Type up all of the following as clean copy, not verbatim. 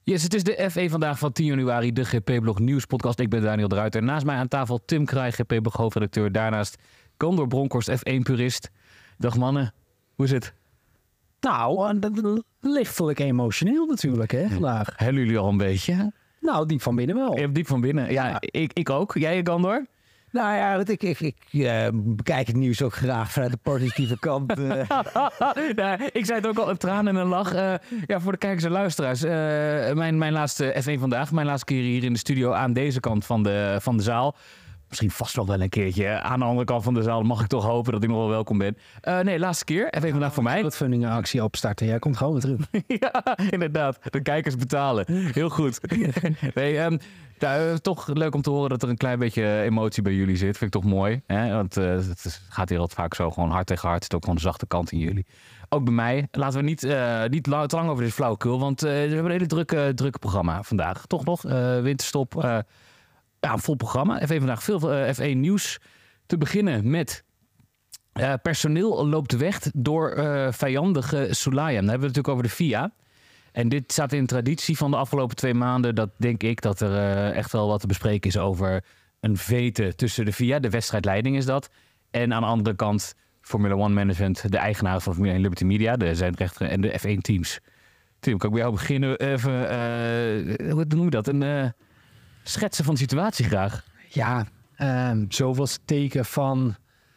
Yes, het is de F1 vandaag van 10 januari, de GP-blog nieuwspodcast. Ik ben Daniel de Ruiter. Naast mij aan tafel Tim Kraai, GP-blog hoofdredacteur. Daarnaast Gandor Bronkhorst, F1-purist. Dag mannen, hoe is het? Nou, lichtelijk emotioneel natuurlijk, hè, vandaag. Hellen jullie al een beetje? Nou, diep van binnen wel. Je hebt diep van binnen. Ja, ik ook. Jij, Gandor? Nou ja, ik bekijk het nieuws ook graag vanuit de positieve kant. Nou, ik zei het ook al, een traan en een lach. Voor de kijkers en luisteraars. Mijn laatste F1 vandaag. Mijn laatste keer hier in de studio aan deze kant van de zaal. Misschien vast nog wel een keertje aan de andere kant van de zaal. Mag ik toch hopen dat ik nog wel welkom ben. Nee, laatste keer. F1 vandaag voor mij. Crowdfunding actie opstarten. Jij komt gewoon weer terug. Ja, inderdaad. De kijkers betalen. Heel goed. Nee, toch leuk om te horen dat er een klein beetje emotie bij jullie zit. Vind ik toch mooi. Hè? Want het gaat hier altijd vaak zo gewoon hart tegen hart. Het is ook gewoon de zachte kant in jullie. Ook bij mij. Laten we niet te lang over dit flauwekul. Want we hebben een hele drukke programma vandaag. Toch nog? Winterstop. Een vol programma. F1 vandaag veel F1 nieuws. Te beginnen met personeel loopt weg door vijandige Sulayem. Dan hebben we het natuurlijk over de FIA. En dit staat in traditie van de afgelopen 2 maanden. Dat denk ik dat er echt wel wat te bespreken is over een vete tussen de FIA. De wedstrijdleiding is dat. En aan de andere kant Formula 1 Management. De eigenaren van Formula 1 Liberty Media. De zijnrechter en de F1 teams. Tim, kan ik bij jou beginnen? Even, hoe noem je dat? Een schetsen van de situatie graag. Ja, zo was het teken van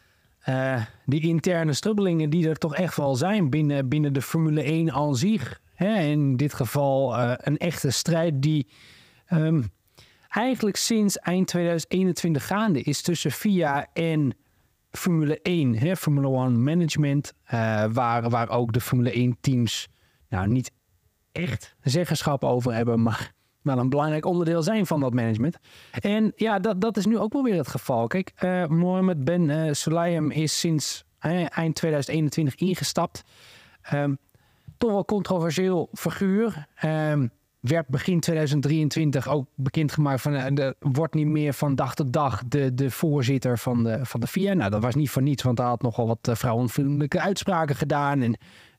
die interne strubbelingen die er toch echt wel zijn binnen de Formule 1 aan zich. Hè, in dit geval een echte strijd die eigenlijk sinds eind 2021 gaande is tussen FIA en Formule 1. Hè, Formula 1 Management, waar ook de Formule 1 teams niet echt zeggenschap over hebben, maar wel een belangrijk onderdeel zijn van dat management. En ja, dat is nu ook wel weer het geval. Kijk, Mohammed Ben Sulayem is sinds eind 2021 ingestapt. Toch wel controversieel figuur. Werd begin 2023 ook bekendgemaakt van wordt niet meer van dag tot dag de voorzitter van de FIA. Nou, dat was niet voor niets, want hij had nogal wat vrouwenvriendelijke uitspraken gedaan. En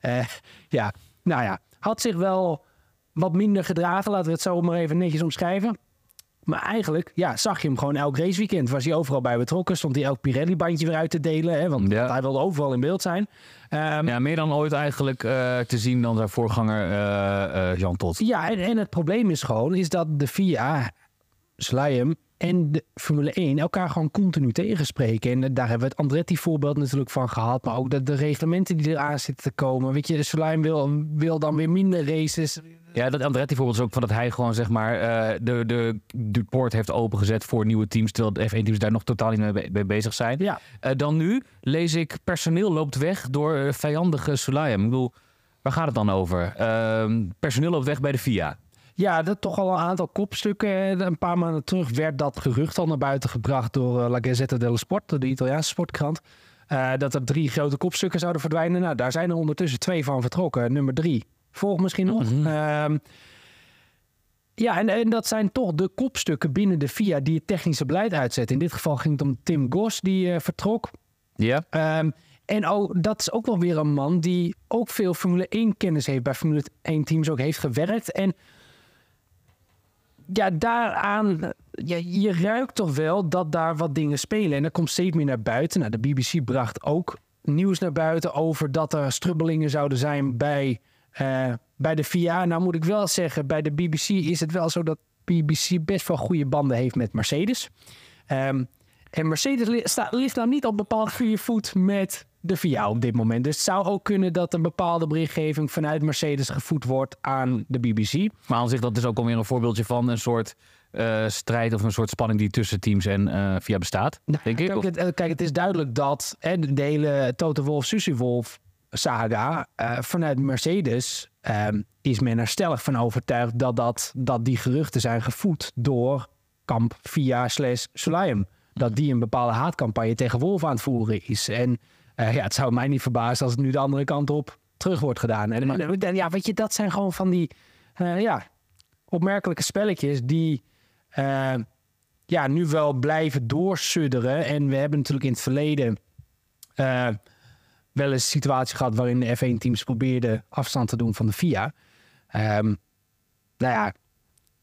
had zich wel wat minder gedragen, laten we het zo maar even netjes omschrijven. Maar eigenlijk, zag je hem gewoon elk raceweekend. Was hij overal bij betrokken. Stond hij elk Pirelli-bandje weer uit te delen. Hè, want hij wilde overal in beeld zijn. Meer dan ooit eigenlijk te zien dan zijn voorganger Jean Todt. Ja, en het probleem is dat de FIA, Sulayem en de Formule 1 elkaar gewoon continu tegenspreken. En daar hebben we het Andretti-voorbeeld natuurlijk van gehad. Maar ook de reglementen die eraan zitten te komen. Weet je, de Sulayem wil dan weer minder races. Ja, dat Andretti-voorbeeld is ook van dat hij gewoon zeg maar de poort heeft opengezet voor nieuwe teams. Terwijl de F1-teams daar nog totaal niet mee bezig zijn. Ja. Dan nu lees ik personeel loopt weg door vijandige Sulayem. Ik bedoel, waar gaat het dan over? Personeel loopt weg bij de FIA. Ja, dat toch al een aantal kopstukken. Een paar maanden terug werd dat gerucht al naar buiten gebracht door La Gazzetta dello Sport, de Italiaanse sportkrant. Dat er 3 grote kopstukken zouden verdwijnen. Nou, daar zijn er ondertussen 2 van vertrokken. Nummer 3 volgt misschien nog. Mm-hmm. En dat zijn toch de kopstukken binnen de FIA die het technische beleid uitzetten. In dit geval ging het om Tim Goss, die vertrok. Ja. En dat is ook wel weer een man die ook veel Formule 1 kennis heeft. Bij Formule 1 teams ook heeft gewerkt. En ja, daaraan, je ruikt toch wel dat daar wat dingen spelen. En dat komt steeds meer naar buiten. Nou, de BBC bracht ook nieuws naar buiten over dat er strubbelingen zouden zijn bij de FIA. Nou moet ik wel zeggen, bij de BBC is het wel zo dat BBC best wel goede banden heeft met Mercedes. En Mercedes ligt nou niet op bepaald goede voet met de FIA op dit moment. Dus het zou ook kunnen dat een bepaalde berichtgeving vanuit Mercedes gevoed wordt aan de BBC. Maar aan zich, dat is ook alweer een voorbeeldje van een soort strijd of een soort spanning die tussen teams en FIA bestaat, denk ik. Kijk, het is duidelijk dat de hele Toto Wolff, Susie Wolff saga vanuit Mercedes is men er stellig van overtuigd dat die geruchten zijn gevoed door kamp FIA / Sulayem. Dat die een bepaalde haatcampagne tegen Wolff aan het voeren is. En het zou mij niet verbazen als het nu de andere kant op terug wordt gedaan. En weet je, dat zijn gewoon van die opmerkelijke spelletjes die nu wel blijven doorsudderen. En we hebben natuurlijk in het verleden wel eens een situatie gehad waarin de F1-teams probeerden afstand te doen van de FIA.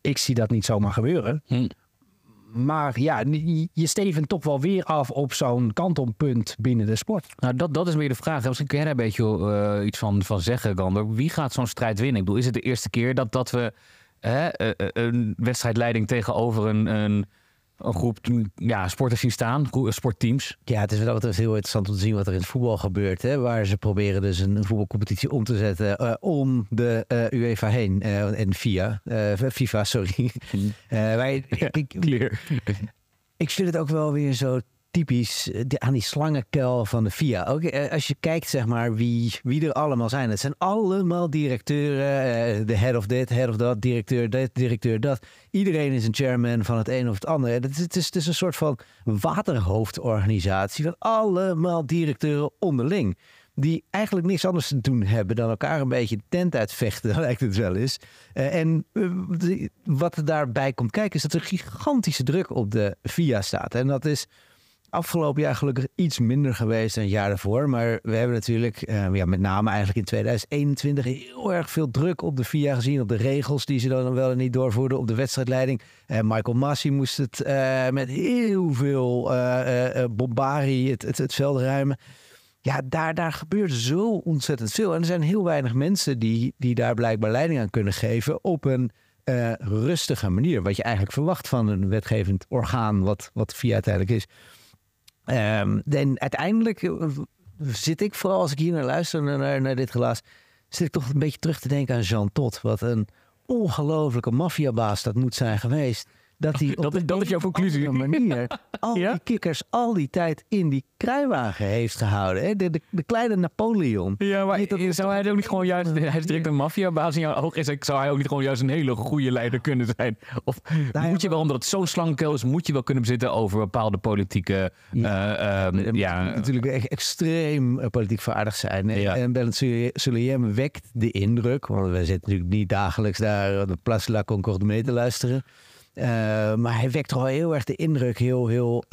Ik zie dat niet zomaar gebeuren. Maar ja, je stevent toch wel weer af op zo'n kantelpunt binnen de sport. Nou, dat is weer de vraag. Misschien kun jij daar een beetje iets van zeggen, Gander. Wie gaat zo'n strijd winnen? Ik bedoel, is het de eerste keer dat we een wedstrijdleiding tegenover een groep sporters zien staan, sportteams? Ja, het is wel altijd heel interessant om te zien wat er in het voetbal gebeurt. Hè, waar ze proberen dus een voetbalcompetitie om te zetten om de UEFA heen. En FIFA, sorry. Ik vind het ook wel weer zo typisch aan die slangenkuil van de FIA. Ook als je kijkt, zeg maar, wie er allemaal zijn. Het zijn allemaal directeuren. De head of dit, head of dat, directeur dit, directeur dat. Iedereen is een chairman van het een of het andere. Het is een soort van waterhoofdorganisatie van allemaal directeuren onderling. Die eigenlijk niks anders te doen hebben dan elkaar een beetje de tent uitvechten, lijkt het wel eens. Wat er daarbij komt kijken is dat er gigantische druk op de FIA staat. En dat is afgelopen jaar gelukkig iets minder geweest dan het jaar daarvoor. Maar we hebben natuurlijk, met name eigenlijk in 2021... heel erg veel druk op de FIA gezien. Op de regels die ze dan wel en niet doorvoerden. Op de wedstrijdleiding. Michael Masi moest het met heel veel bombarie het veld ruimen. Ja, daar gebeurt zo ontzettend veel. En er zijn heel weinig mensen die daar blijkbaar leiding aan kunnen geven op een rustige manier. Wat je eigenlijk verwacht van een wetgevend orgaan, wat FIA uiteindelijk is. En uiteindelijk zit ik, vooral als ik hier naar luister, naar dit gelaas, zit ik toch een beetje terug te denken aan Jean Todt. Wat een ongelofelijke maffiabaas dat moet zijn geweest. Dat hij dat is jouw conclusie. Manier al die kikkers al die tijd in die kruiwagen heeft gehouden. Hè? De kleine Napoleon. Ja, maar zou hij ook niet gewoon juist... Hij is direct een maffiabaas in jouw oog. Zou hij ook niet gewoon juist een hele goede leider kunnen zijn? Of moet je wel, omdat het zo'n slangenkuil is, moet je wel kunnen bezitten over bepaalde politieke... natuurlijk extreem politiek vaardig zijn. Ja. En Bernard Sulayem wekt de indruk, want wij zitten natuurlijk niet dagelijks daar op de Place de la Concorde mee te luisteren. Maar hij wekt toch wel heel erg de indruk heel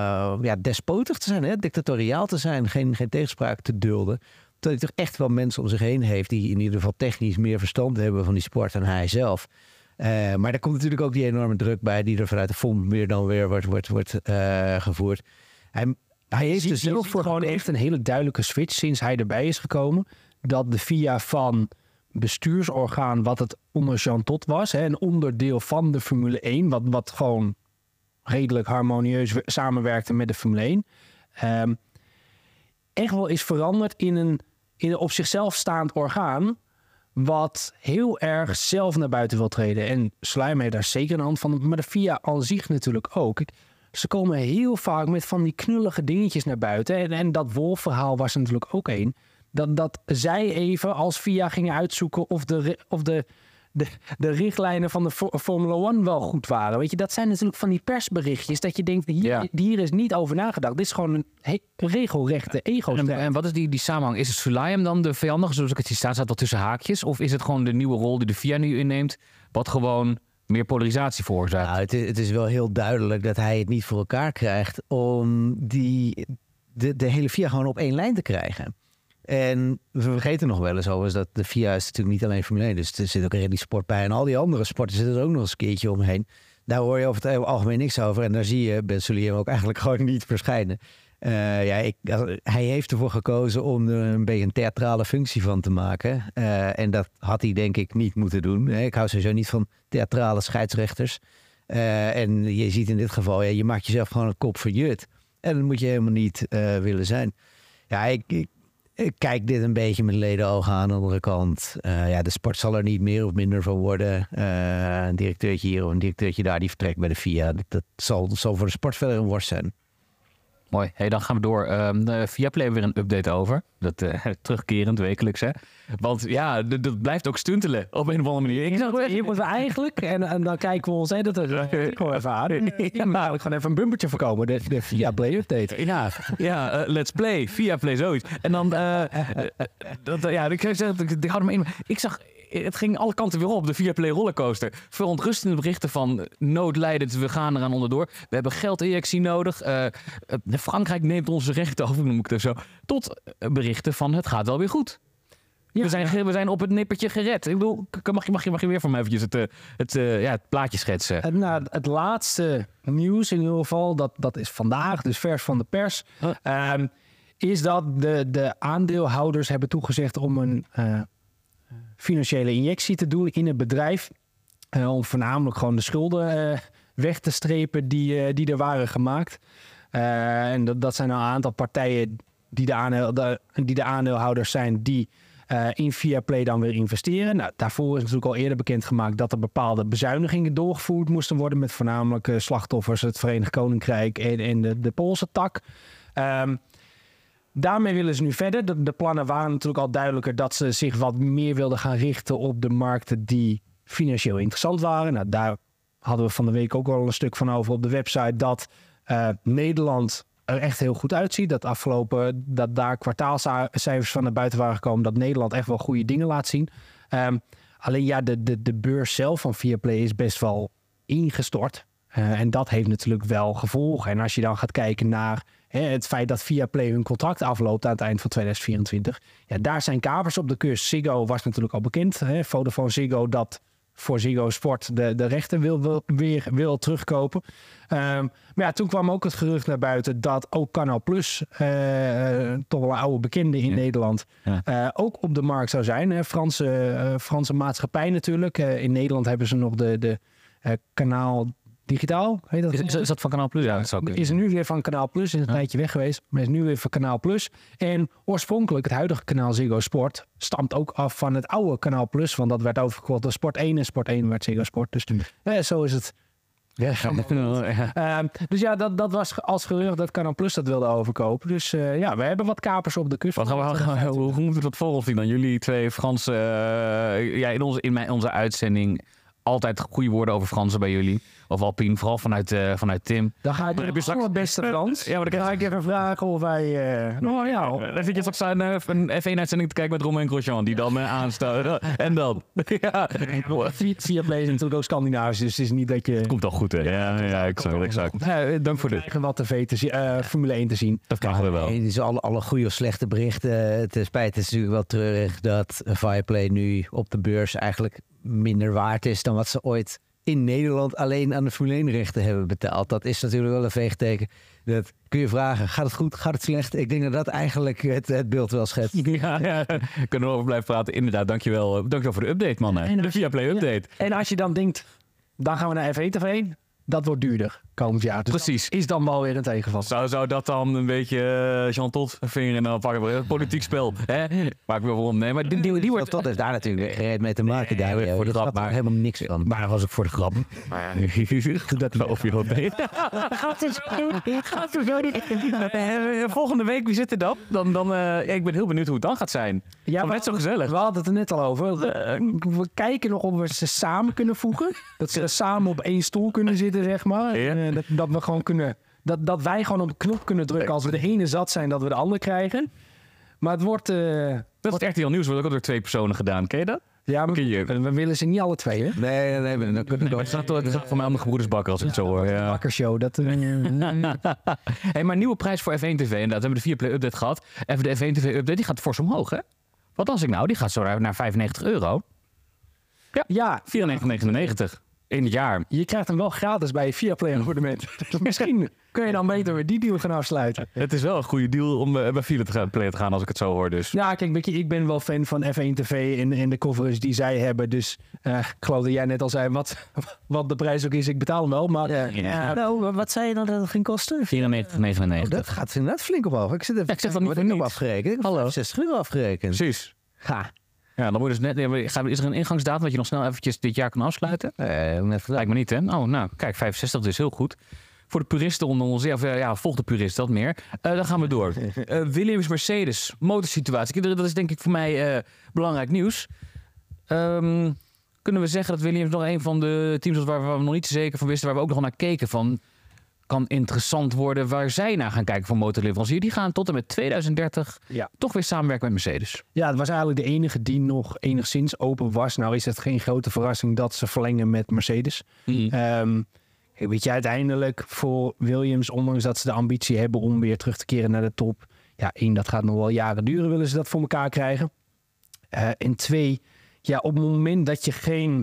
despotig te zijn, hè? Dictatoriaal te zijn, geen tegenspraak te dulden. Dat hij toch echt wel mensen om zich heen heeft die in ieder geval technisch meer verstand hebben van die sport dan hij zelf. Maar daar komt natuurlijk ook die enorme druk bij die er vanuit de FOM meer dan weer wordt gevoerd. Hij heeft dus zelf voor gewoon echt een hele duidelijke switch sinds hij erbij is gekomen. Dat de FIA van bestuursorgaan wat het onder Jean Todt was, hè, een onderdeel van de Formule 1, wat gewoon redelijk harmonieus samenwerkte met de Formule 1, echt wel is veranderd in een op zichzelf staand orgaan, wat heel erg zelf naar buiten wil treden. En Sulayem heeft daar zeker een hand van, maar de FIA aan zich natuurlijk ook. Ze komen heel vaak met van die knullige dingetjes naar buiten. En dat Wolf-verhaal was er natuurlijk ook één. Dat zij even als FIA gingen uitzoeken of de richtlijnen van de Formula 1 wel goed waren. Weet je, dat zijn natuurlijk van die persberichtjes dat je denkt, hier is niet over nagedacht. Dit is gewoon een regelrechte ego-strijd. En wat is die samenhang? Is het Sulayem dan de vijandige, zoals ik het zie staan, staat dat tussen haakjes? Of is het gewoon de nieuwe rol die de FIA nu inneemt, wat gewoon meer polarisatie veroorzaakt? Nou, het is wel heel duidelijk dat hij het niet voor elkaar krijgt om de hele FIA gewoon op één lijn te krijgen. En we vergeten nog wel eens overigens dat de FIA is natuurlijk niet alleen Formule 1. Dus er zit ook een sport bij. En al die andere sporten zitten er ook nog eens een keertje omheen. Daar hoor je over het algemeen niks over. En daar zie je Ben Sulayem ook eigenlijk gewoon niet verschijnen. Hij heeft ervoor gekozen om er een beetje een theatrale functie van te maken. En dat had hij denk ik niet moeten doen. Ik hou sowieso niet van theatrale scheidsrechters. En je ziet in dit geval, je maakt jezelf gewoon een kop verjut. En dat moet je helemaal niet willen zijn. Ja, ik kijk dit een beetje met ledenogen aan de andere kant. De sport zal er niet meer of minder van worden. Een directeurtje hier of een directeurtje daar die vertrekt bij de FIA. Dat zal voor de sport verder een worst zijn. Mooi. Hey, dan gaan we door. Viaplay hebben weer een update over. Dat terugkerend wekelijks, hè. Want ja, dat blijft ook stuntelen op een of andere manier. Hier moeten we eigenlijk, en dan kijken we ons dat er gewoon even aan. Maar gewoon even een bumpertje voorkomen. De Viaplay update. Ja, let's play. Viaplay, zoiets. En dan, ik zag, het ging alle kanten weer op, de Viaplay rollercoaster. Verontrustende berichten van noodlijdend, we gaan eraan onderdoor. We hebben geldinjectie nodig. Frankrijk neemt onze rechten over, noem ik het zo. Tot berichten van het gaat wel weer goed. We zijn op het nippertje gered. Ik bedoel, mag je weer voor mij eventjes het plaatje schetsen? Het laatste nieuws in ieder geval, dat is vandaag, dus vers van de pers, is dat de aandeelhouders hebben toegezegd om een financiële injectie te doen in het bedrijf. Om voornamelijk gewoon de schulden weg te strepen die er waren gemaakt. En dat zijn een aantal partijen die de aandeelhouders zijn die in Viaplay dan weer investeren. Nou, daarvoor is natuurlijk al eerder bekendgemaakt dat er bepaalde bezuinigingen doorgevoerd moesten worden met voornamelijk slachtoffers, het Verenigd Koninkrijk en de Poolse tak. Daarmee willen ze nu verder. De plannen waren natuurlijk al duidelijker dat ze zich wat meer wilden gaan richten op de markten die financieel interessant waren. Nou, daar hadden we van de week ook wel een stuk van over op de website dat Nederland er echt heel goed uitziet. Dat daar kwartaalcijfers van naar buiten waren gekomen, dat Nederland echt wel goede dingen laat zien. Alleen ja, de beurs zelf van Viaplay is best wel ingestort. En dat heeft natuurlijk wel gevolgen. En als je dan gaat kijken naar het feit dat Viaplay hun contract afloopt aan het eind van 2024. Ja, daar zijn kapers op de kust. Ziggo was natuurlijk al bekend. Vodafone Ziggo dat voor Ziggo Sport de rechten wil terugkopen. Maar ja, toen kwam ook het gerucht naar buiten dat ook Canal Plus, toch wel een oude bekende in Nederland, ook op de markt zou zijn. Franse maatschappij natuurlijk. In Nederland hebben ze nog de Kanaal Digitaal, heet dat? Is dat van Kanaal Plus? Ja, dat zou is er nu weer van Kanaal Plus. Is een tijdje weg geweest. Maar is nu weer van Kanaal Plus. En oorspronkelijk het huidige kanaal Ziggo Sport stamt ook af van het oude Kanaal Plus. Want dat werd overgekocht door Sport 1. En Sport 1 werd Ziggo Sport. Dus zo is het. Dus ja, dat was als gerucht dat Kanaal Plus dat wilde overkopen. Dus we hebben wat kapers op de kust. Hoe moeten we dat volgen zien dan? Jullie twee Franse... in onze uitzending altijd goede woorden over Fransen bij jullie. Of Alpine, vooral vanuit Tim. Dan ga ik de allerbeste Frans. Ja, maar dan ga ik even vragen of wij... Dan zit je straks een F1-uitzending te kijken met Romain Grosjean, die dan aanstaat. En dan? Ja. Viaplay is natuurlijk ook Scandinavisch, dus het is niet dat je... Het komt al goed, hè? Ja, exact. Dank voor dit. We krijgen wat Formule 1 te zien. Dat krijgen we wel. Dus alle goede of slechte berichten. Ten spijt, het is natuurlijk wel treurig dat Viaplay nu op de beurs eigenlijk minder waard is dan wat ze ooit in Nederland alleen aan de Formule 1 rechten hebben betaald. Dat is natuurlijk wel een veegteken. Dat kun je vragen, gaat het goed, gaat het slecht? Ik denk dat dat eigenlijk het beeld wel schetst. Ja, kunnen we over blijven praten. Inderdaad, dankjewel voor de update, man. De Viaplay update. Ja. En als je dan denkt, dan gaan we naar F1 TV. Dat wordt duurder komend jaar. Dus precies. Is dan wel weer een tegenval. Zou dat dan een beetje Jean Todt vinger en dan pakken we een politiek spel? Maak me wel om. Nee, maar die wordt... Todt heeft daar natuurlijk gereed mee te maken. Daar voor de grap, maar helemaal niks van. Maar was ook voor de grap. Dat geloof je wel mee. Volgende week, wie zit er dan? Ik ben heel benieuwd hoe het dan gaat zijn. Ja, net zo gezellig. We hadden het er net al over. We kijken nog of we ze samen kunnen voegen. Dat ze samen op één stoel kunnen zitten, zeg maar. Ja. Dat we gewoon kunnen... Dat wij gewoon op de knop kunnen drukken als we de ene zat zijn, dat we de andere krijgen. Maar het wordt... Dat is RTL Nieuws wordt ook door 2 personen gedaan. Ken je dat? Ja, maar we willen ze niet alle twee, hè? Nee. Dan kunnen we het gaat voor mij om de gebroedersbakker als ik het zo hoor. Ja. Bakkershow. Maar nieuwe prijs voor F1 TV. Inderdaad, we hebben de Viaplay update gehad. Even de F1 TV update, die gaat fors omhoog, hè? Wat als ik nou? Die gaat zo naar €95. Ja, €94,99. In het jaar. Je krijgt hem wel gratis bij je Viaplay abonnement. Dus misschien kun je dan beter weer die deal gaan afsluiten. Het is wel een goede deal om bij Viaplay te gaan als ik het zo hoor. Dus. Ja, kijk, ik ben wel fan van F1 TV en de coverage die zij hebben. Dus ik geloof dat jij net al zei, wat de prijs ook is, ik betaal hem wel. Maar, Nou, wat zei je dan dat het ging kosten? €94,99. Dat gaat inderdaad flink omhoog. Ik zeg dat niet voor niets. Afgerekend. Hallo. €60 afgerekend. Precies. Ga. Ja, dan moet je dus net. Is er een ingangsdatum dat je nog snel eventjes dit jaar kan afsluiten? Net lijkt me niet, hè? Oh, nou, kijk, 65 is heel goed. Voor de puristen onder ons, volg de purist dat meer. Dan gaan we door. Williams Mercedes, motorsituatie. Dat is denk ik voor mij belangrijk nieuws. Kunnen we zeggen dat Williams nog een van de teams was waar we nog niet zeker van wisten, waar we ook nog naar keken van, kan interessant worden waar zij naar gaan kijken voor motorleverancier. Die gaan tot en met 2030 toch weer samenwerken met Mercedes. Ja, het was eigenlijk de enige die nog enigszins open was. Nou is het geen grote verrassing dat ze verlengen met Mercedes. Weet je, uiteindelijk voor Williams, ondanks dat ze de ambitie hebben om weer terug te keren naar de top. Ja, dat gaat nog wel jaren duren, willen ze dat voor elkaar krijgen. En 2, ja, op het moment dat je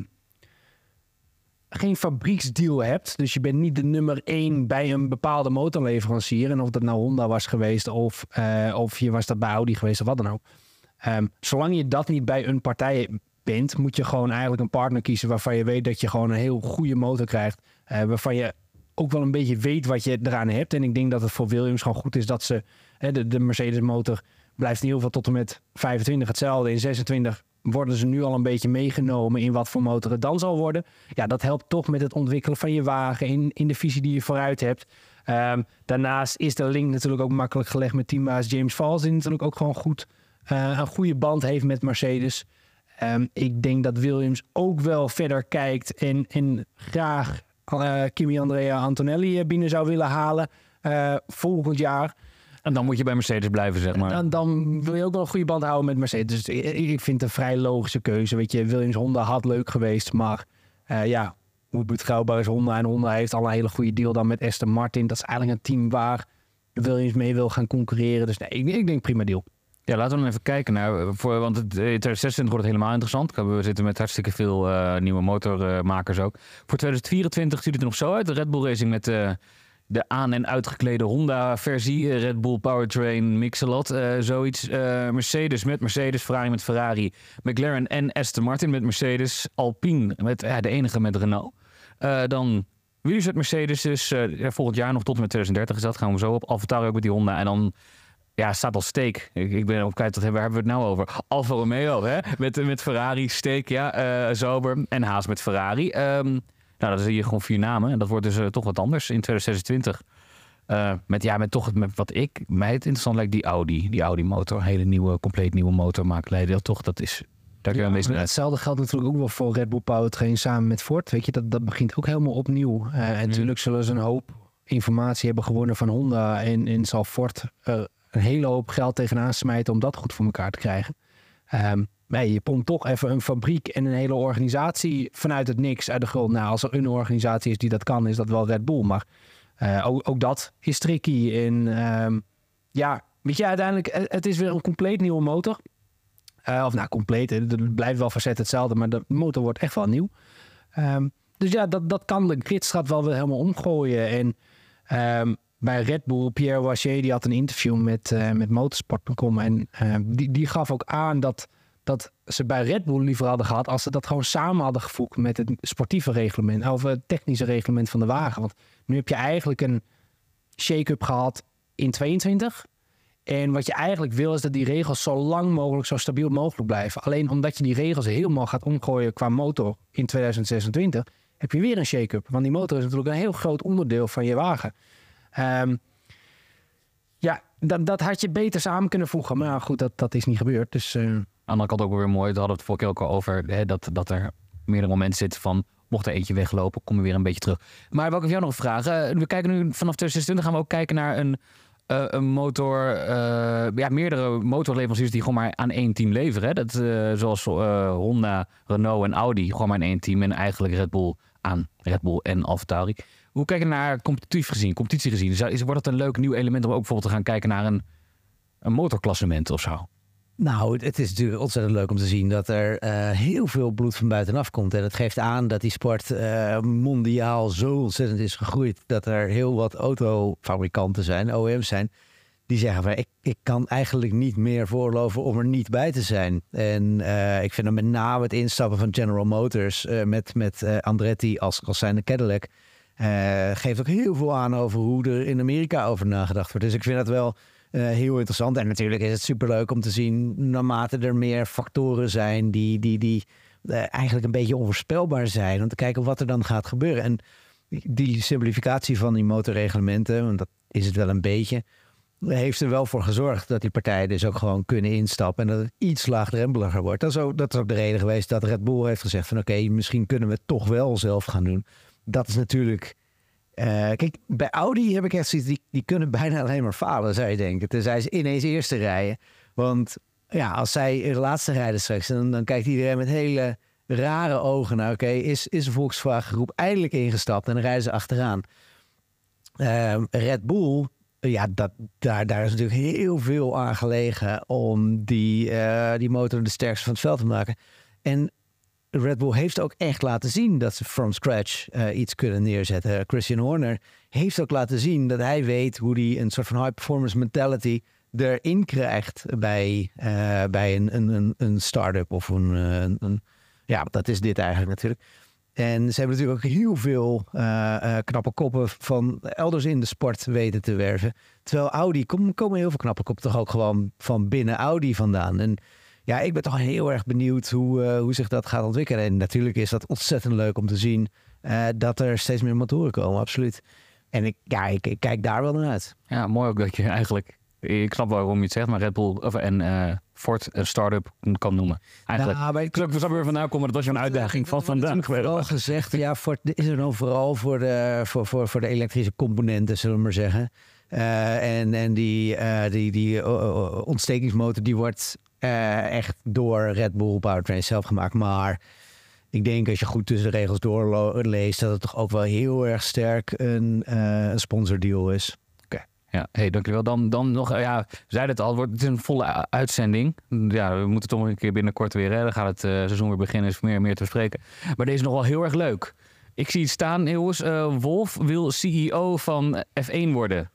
geen fabrieksdeal hebt, dus je bent niet de nummer 1 bij een bepaalde motorleverancier, en of dat nou Honda was geweest of je was dat bij Audi geweest of wat dan ook. Zolang je dat niet bij een partij bent, moet je gewoon eigenlijk een partner kiezen waarvan je weet dat je gewoon een heel goede motor krijgt, waarvan je ook wel een beetje weet wat je eraan hebt. En ik denk dat het voor Williams gewoon goed is dat ze, de Mercedes motor blijft in ieder geval tot en met 25 hetzelfde. In 26 worden ze nu al een beetje meegenomen in wat voor motor het dan zal worden. Ja, dat helpt toch met het ontwikkelen van je wagen in de visie die je vooruit hebt. Daarnaast is de link natuurlijk ook makkelijk gelegd met teambaas James Vals, die natuurlijk ook gewoon goed een goede band heeft met Mercedes. Ik denk dat Williams ook wel verder kijkt en graag Kimi Andrea Antonelli binnen zou willen halen volgend jaar. En dan moet je bij Mercedes blijven, zeg maar. Dan wil je ook wel een goede band houden met Mercedes. Dus ik vind het een vrij logische keuze. Weet je, Williams Honda had leuk geweest, maar hoe betrouwbaar is Honda? En Honda heeft al een hele goede deal dan met Aston Martin. Dat is eigenlijk een team waar Williams mee wil gaan concurreren. Dus nee, ik denk prima deal. Ja, laten we dan even kijken naar, want in 2026 wordt het helemaal interessant. We zitten met hartstikke veel nieuwe motormakers ook. Voor 2024 ziet het er nog zo uit. De Red Bull Racing met de aan- en uitgeklede Honda-versie. Red Bull Powertrain Mix-a-Lot, zoiets. Mercedes met Mercedes, Ferrari met Ferrari. McLaren en Aston Martin met Mercedes. Alpine met de enige met Renault. Dan Williams met Mercedes, dus volgend jaar nog tot en met 2030 is dat. Gaan we zo op. AlphaTauri ook met die Honda. En dan staat al Steak. Ik ben ook kwijt, waar hebben we het nou over? Alfa Romeo, hè? Met Ferrari, Steak, Sauber en Haas met Ferrari. Dat is hier gewoon 4 namen. En dat wordt dus toch wat anders in 2026. Met wat mij het interessant lijkt, die Audi motor. Hele nieuwe, compleet nieuwe motor maken. Dat is... Hetzelfde geldt natuurlijk ook wel voor Red Bull Powertrain samen met Ford. Weet je, dat begint ook helemaal opnieuw. En natuurlijk zullen ze een hoop informatie hebben gewonnen van Honda. En zal Ford een hele hoop geld tegenaan smijten om dat goed voor elkaar te krijgen. Je pompt toch even een fabriek en een hele organisatie vanuit het niks uit de grond. Nou, als er een organisatie is die dat kan, is dat wel Red Bull. Maar ook dat is tricky. En weet je, uiteindelijk, het is weer een compleet nieuwe motor. Compleet, het blijft wel facet hetzelfde, maar de motor wordt echt wel nieuw. Dus ja, dat kan de gridstraat wel weer helemaal omgooien. En bij Red Bull, Pierre Wachier, die had een interview met Motorsport.com. En die gaf ook aan dat ze bij Red Bull liever hadden gehad als ze dat gewoon samen hadden gevoegd met het sportieve reglement, of het technische reglement van de wagen. Want nu heb je eigenlijk een shake-up gehad in 22. En wat je eigenlijk wil is dat die regels zo lang mogelijk, zo stabiel mogelijk blijven. Alleen omdat je die regels helemaal gaat omgooien qua motor in 2026, heb je weer een shake-up. Want die motor is natuurlijk een heel groot onderdeel van je wagen. Dat had je beter samen kunnen voegen. Maar goed, dat is niet gebeurd. Dus, aan de andere kant ook weer mooi. Daar hadden we het vorige keer ook al over. Dat er meerdere momenten zitten van, mocht er eentje weglopen, kom je weer een beetje terug. Maar wil ik jou nog vragen. We kijken nu vanaf 2026 gaan we ook kijken naar een motor. Meerdere motorleveranciers die gewoon maar aan één team leveren. Hè? Dat, zoals Honda, Renault en Audi gewoon maar aan één team. En eigenlijk Red Bull aan Red Bull en AlphaTauri. Hoe kijk je naar competitie gezien? Wordt het een leuk nieuw element om ook bijvoorbeeld te gaan kijken naar een motorklassement of zo? Nou, het is natuurlijk ontzettend leuk om te zien dat er heel veel bloed van buitenaf komt. En dat geeft aan dat die sport mondiaal zo ontzettend is gegroeid. Dat er heel wat autofabrikanten zijn, OEM's zijn, die zeggen van ik kan eigenlijk niet meer voorloven om er niet bij te zijn. En ik vind dan met name het instappen van General Motors met Andretti als zijnde Cadillac geeft ook heel veel aan over hoe er in Amerika over nagedacht wordt. Dus ik vind dat wel heel interessant. En natuurlijk is het superleuk om te zien, naarmate er meer factoren zijn die eigenlijk een beetje onvoorspelbaar zijn, om te kijken wat er dan gaat gebeuren. En die simplificatie van die motorreglementen, want dat is het wel een beetje, heeft er wel voor gezorgd dat die partijen dus ook gewoon kunnen instappen en dat het iets laagdrempeliger wordt. Dat is ook de reden geweest dat Red Bull heeft gezegd van oké, misschien kunnen we het toch wel zelf gaan doen. Dat is natuurlijk... kijk, bij Audi heb ik echt zoiets, die kunnen bijna alleen maar falen, zou je denken. Tenzij ze ineens eerste rijden. Want ja, als zij de laatste rijden straks, dan kijkt iedereen met hele rare ogen naar, oké, is de Volkswagen groep eindelijk ingestapt en dan rijden ze achteraan. Red Bull daar is natuurlijk heel veel aan gelegen om die motor de sterkste van het veld te maken. En Red Bull heeft ook echt laten zien dat ze from scratch iets kunnen neerzetten. Christian Horner heeft ook laten zien dat hij weet hoe hij een soort van high performance mentality erin krijgt bij een start-up of dat is dit eigenlijk natuurlijk. En ze hebben natuurlijk ook heel veel knappe koppen van elders in de sport weten te werven. Terwijl Audi, komen heel veel knappe koppen toch ook gewoon van binnen Audi vandaan. En ja, ik ben toch heel erg benieuwd hoe zich dat gaat ontwikkelen. En natuurlijk is dat ontzettend leuk om te zien dat er steeds meer motoren komen, absoluut. En ik kijk daar wel naar uit. Ja, mooi ook dat je eigenlijk... Ik snap waarom je het zegt, maar Red Bull en Ford een start-up kan noemen. Eigenlijk. Nou, maar ik zou weer vandaan komen, dat was een uitdaging van vandaag. Vooral gezegd, ja, Ford is er dan vooral voor de elektrische componenten, zullen we maar zeggen. En die ontstekingsmotor, die wordt echt door Red Bull Powertrain zelf gemaakt. Maar ik denk als je goed tussen de regels doorleest, dat het toch ook wel heel erg sterk een sponsordeal is. Ja, dankjewel. Dan nog, we zeiden het al, het is een volle uitzending. Ja, we moeten toch een keer binnenkort weer, dan gaat het seizoen weer beginnen, is meer te bespreken. Maar deze is nog wel heel erg leuk. Ik zie het staan, jongens, Wolff wil CEO van F1 worden.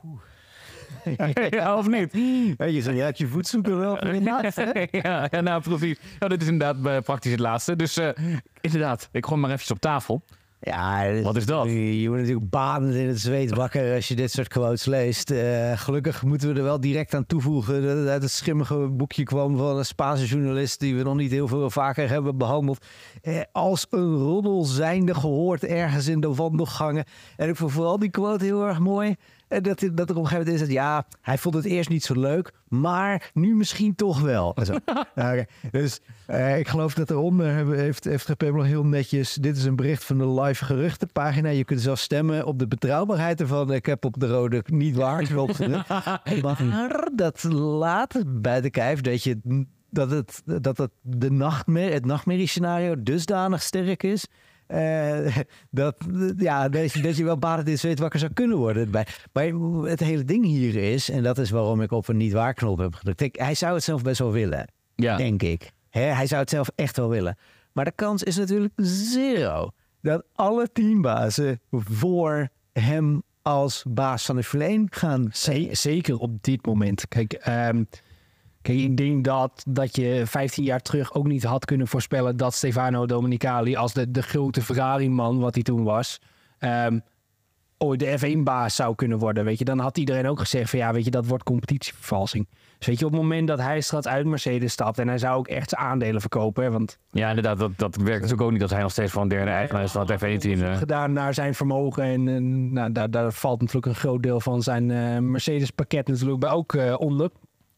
Ja, of niet? Je zou uit je voet zoeken wel. Ja, nou precies. Nou, dit is inderdaad praktisch het laatste. Dus inderdaad, ik gooi maar eventjes op tafel. Ja, wat is dat? Je wordt natuurlijk badend in het zweet wakker als je dit soort quotes leest. Gelukkig moeten we er wel direct aan toevoegen dat het uit het schimmige boekje kwam van een Spaanse journalist die we nog niet heel veel vaker hebben behandeld. Als een roddel zijnde gehoord ergens in de wandelgangen. En ik vond vooral die quote heel erg mooi. Dat er op een gegeven moment is dat hij vond het eerst niet zo leuk, maar nu misschien toch wel. Dus ik geloof dat eronder heeft GP nog heel netjes. Dit is een bericht van de live geruchtenpagina. Je kunt zelf stemmen op de betrouwbaarheid ervan. Ik heb op de rode niet waar opgedrukt. Maar dat laat buiten kijf dat het nachtmerriescenario dusdanig sterk is. Dat je wel badend in zweet wakker zou kunnen worden. Maar het hele ding hier is, en dat is waarom ik op een niet waar knop heb gedrukt. Hij zou het zelf best wel willen, denk ik. Hij zou het zelf echt wel willen. Maar de kans is natuurlijk 0 dat alle teambazen voor hem als baas van de Formule 1 gaan. Zeker op dit moment. Kijk, ik denk dat je 15 jaar terug ook niet had kunnen voorspellen dat Stefano Domenicali als de grote Ferrari-man, wat hij toen was, ooit de F1-baas zou kunnen worden. Weet je, dan had iedereen ook gezegd van dat wordt competitievervalsing. Dus weet je, op het moment dat hij straks uit Mercedes stapt en hij zou ook echt zijn aandelen verkopen. Hè, want ja, inderdaad, dat werkt natuurlijk ook niet dat hij nog steeds van derde eigenaar is van het F1-team. Gedaan naar zijn vermogen en daar valt natuurlijk een groot deel van zijn Mercedes-pakket natuurlijk bij ook onder.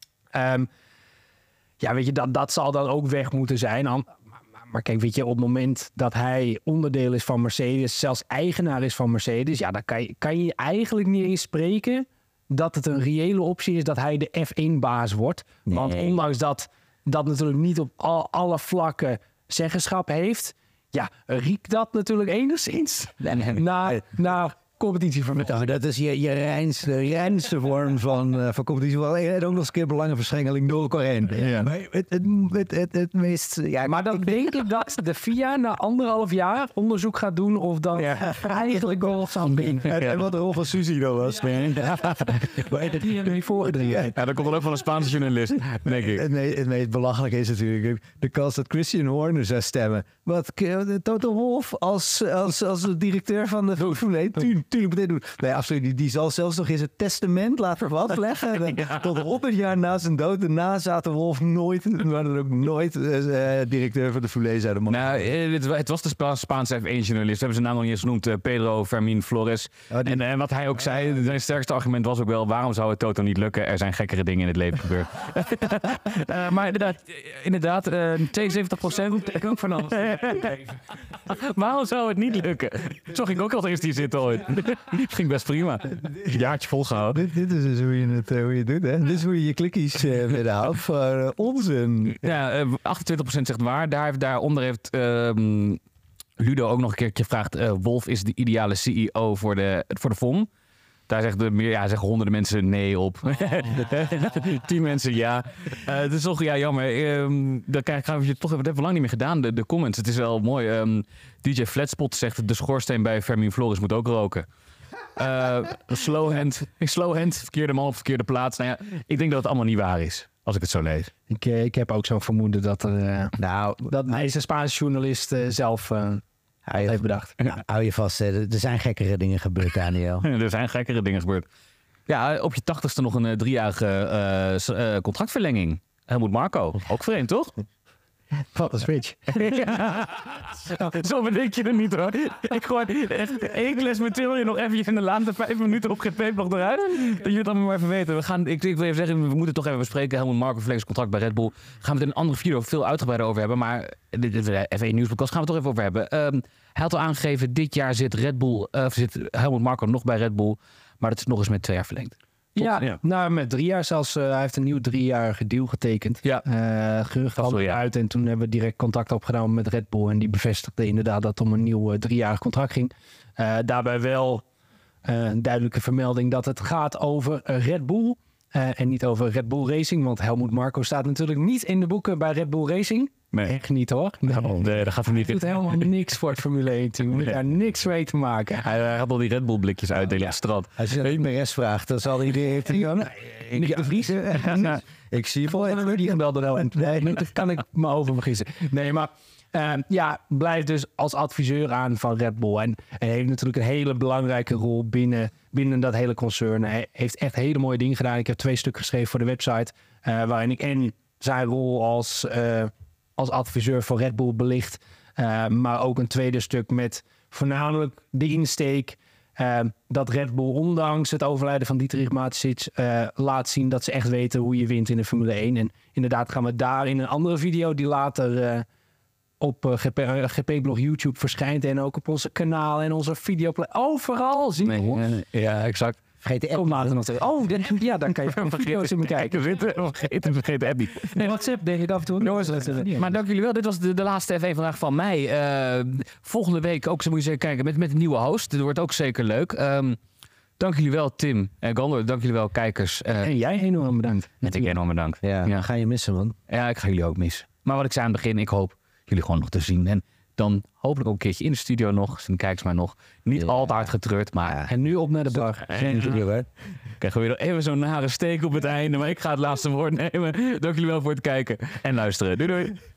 Weet je, dat zal dan ook weg moeten zijn. Maar kijk, weet je, op het moment dat hij onderdeel is van Mercedes, zelfs eigenaar is van Mercedes, dan kan je eigenlijk niet eens spreken dat het een reële optie is dat hij de F1-baas wordt. Nee. Want ondanks dat natuurlijk niet op alle vlakken zeggenschap heeft, riekt dat natuurlijk enigszins naar competitievervalsing. Dat is je reinste vorm van competitie. En ook nog eens een keer belangenverstrengeling door elkaar heen. Ja. Maar het meest... maar dan denk ik dat de FIA na 1,5 jaar onderzoek gaat doen of dat eigenlijk wel zou doen. En wat de rol van Suzy dan was. Dat komt wel ook van een Spaanse journalist, denk ik. Het meest belachelijke is natuurlijk de kans dat Christian Horner zou stemmen. Wat Toto Wolff als directeur van de Formule 1 tuurlijk meteen doen. Nee, absoluut. Die zal zelfs nog eens het testament laten vastleggen. Tot 100 jaar na zijn dood. Daarna zaten Wolff nooit directeur van de Formule 1 zouden mogen. Nou, het was de Spaanse F1-journalist. We hebben zijn naam nog niet eens genoemd. Pedro Fermín Flores. En wat hij ook zei, zijn sterkste argument was ook wel, waarom zou het Toto niet lukken? Er zijn gekkere dingen in het leven gebeurd. Maar inderdaad 72%. Ik ook van alles. Waarom zou het niet lukken? Zo ging ik ook al eerst hier zitten ooit. Ging best prima. Een jaartje volgehouden. Dit is dus hoe je het doet, hè? Dit is hoe je je klikkies binnenhoudt voor onzin. Ja, 28% zegt waar. Daaronder heeft Ludo ook nog een keer gevraagd. Wolff is de ideale CEO voor de FOM. Daar zeggen honderden mensen nee op. 10 mensen ja. Het is toch jammer. Dat gaan we toch, dat hebben we lang niet meer gedaan, de comments. Het is wel mooi. DJ Flatspot zegt, de schoorsteen bij Fermin Floris moet ook roken. Slowhand, verkeerde man op verkeerde plaats. Nou ja, ik denk dat het allemaal niet waar is, als ik het zo lees. Ik heb ook zo'n vermoeden dat deze Spaanse journalist zelf heeft bedacht. Hou je vast, er zijn gekkere dingen gebeurd, Daniel. Er zijn gekkere dingen gebeurd. Ja, op je 80ste nog een 3-jarige contractverlenging. Helmut Marko, ook vreemd, toch? Wat een switch. Zo bedenk je er niet, hoor. Ik les met Tilje nog eventjes in de laatste 5 minuten op GP nog eruit. Dat je het allemaal maar even weten. Ik wil even zeggen, we moeten het toch even bespreken. Helmut Marko verlengt contract bij Red Bull. Gaan we het in een andere video veel uitgebreider over hebben. Maar F1 Nieuwspodcast gaan we het toch even over hebben. Hij had al aangegeven, dit jaar zit Helmut Marko nog bij Red Bull. Maar dat is nog eens met 2 jaar verlengd. Ja, nou met 3 jaar zelfs. Hij heeft een nieuw 3-jarige deal getekend. Ja. Gerucht kwam eruit en toen hebben we direct contact opgenomen met Red Bull. En die bevestigde inderdaad dat het om een nieuw 3-jarig contract ging. Daarbij wel een duidelijke vermelding dat het gaat over Red Bull. En niet over Red Bull Racing. Want Helmut Marko staat natuurlijk niet in de boeken bij Red Bull Racing. Nee. Echt niet, hoor. Nee, dat gaat hem niet. Hij doet helemaal niks voor het Formule 1 team. Moet daar niks mee te maken. Hij had al die Red Bull blikjes uitdelen op het strand. Als je naar de RS vraagt, dan zal iedereen... Nick de Vries. Ik zie je wel. Die gebelde wel. Nee, daar kan ik me over vergissen. Nee, maar blijft dus als adviseur aan van Red Bull. En heeft natuurlijk een hele belangrijke rol binnen dat hele concern. Hij heeft echt hele mooie dingen gedaan. Ik heb 2 stukken geschreven voor de website. Waarin ik en zijn rol als adviseur voor Red Bull belicht. Maar ook een tweede stuk met voornamelijk de insteek. Dat Red Bull ondanks het overlijden van Dietrich Mateschitz laat zien dat ze echt weten hoe je wint in de Formule 1. En inderdaad gaan we daar in een andere video die later op GP-blog YouTube verschijnt. En ook op onze kanaal en onze videoplay. Overal zien. Ja, exact. Vergeet de app. Kom later nog steeds. Oh, daar kan je video's in bekijken. Vergeet de app niet. Nee, WhatsApp denk ik af en toe. Maar dank jullie wel. Dit was de laatste F1 vandaag van mij. Volgende week ook, zo moet je zeker kijken, met een nieuwe host. Dit wordt ook zeker leuk. Dank jullie wel, Tim en Gandor. Dank jullie wel, kijkers. En jij enorm bedankt. Met ik enorm bedankt. Ja, ga je missen, man. Ja, ik ga jullie ook missen. Maar wat ik zei aan het begin, ik hoop jullie gewoon nog te zien. En dan hopelijk ook een keertje in de studio nog. Zijn kijkers maar nog. Niet al te hard getreurd, maar... En nu op naar de bar. Krijgen we weer nog even zo'n nare steek op het einde. Maar ik ga het laatste woord nemen. Dank jullie wel voor het kijken en luisteren. Doei doei.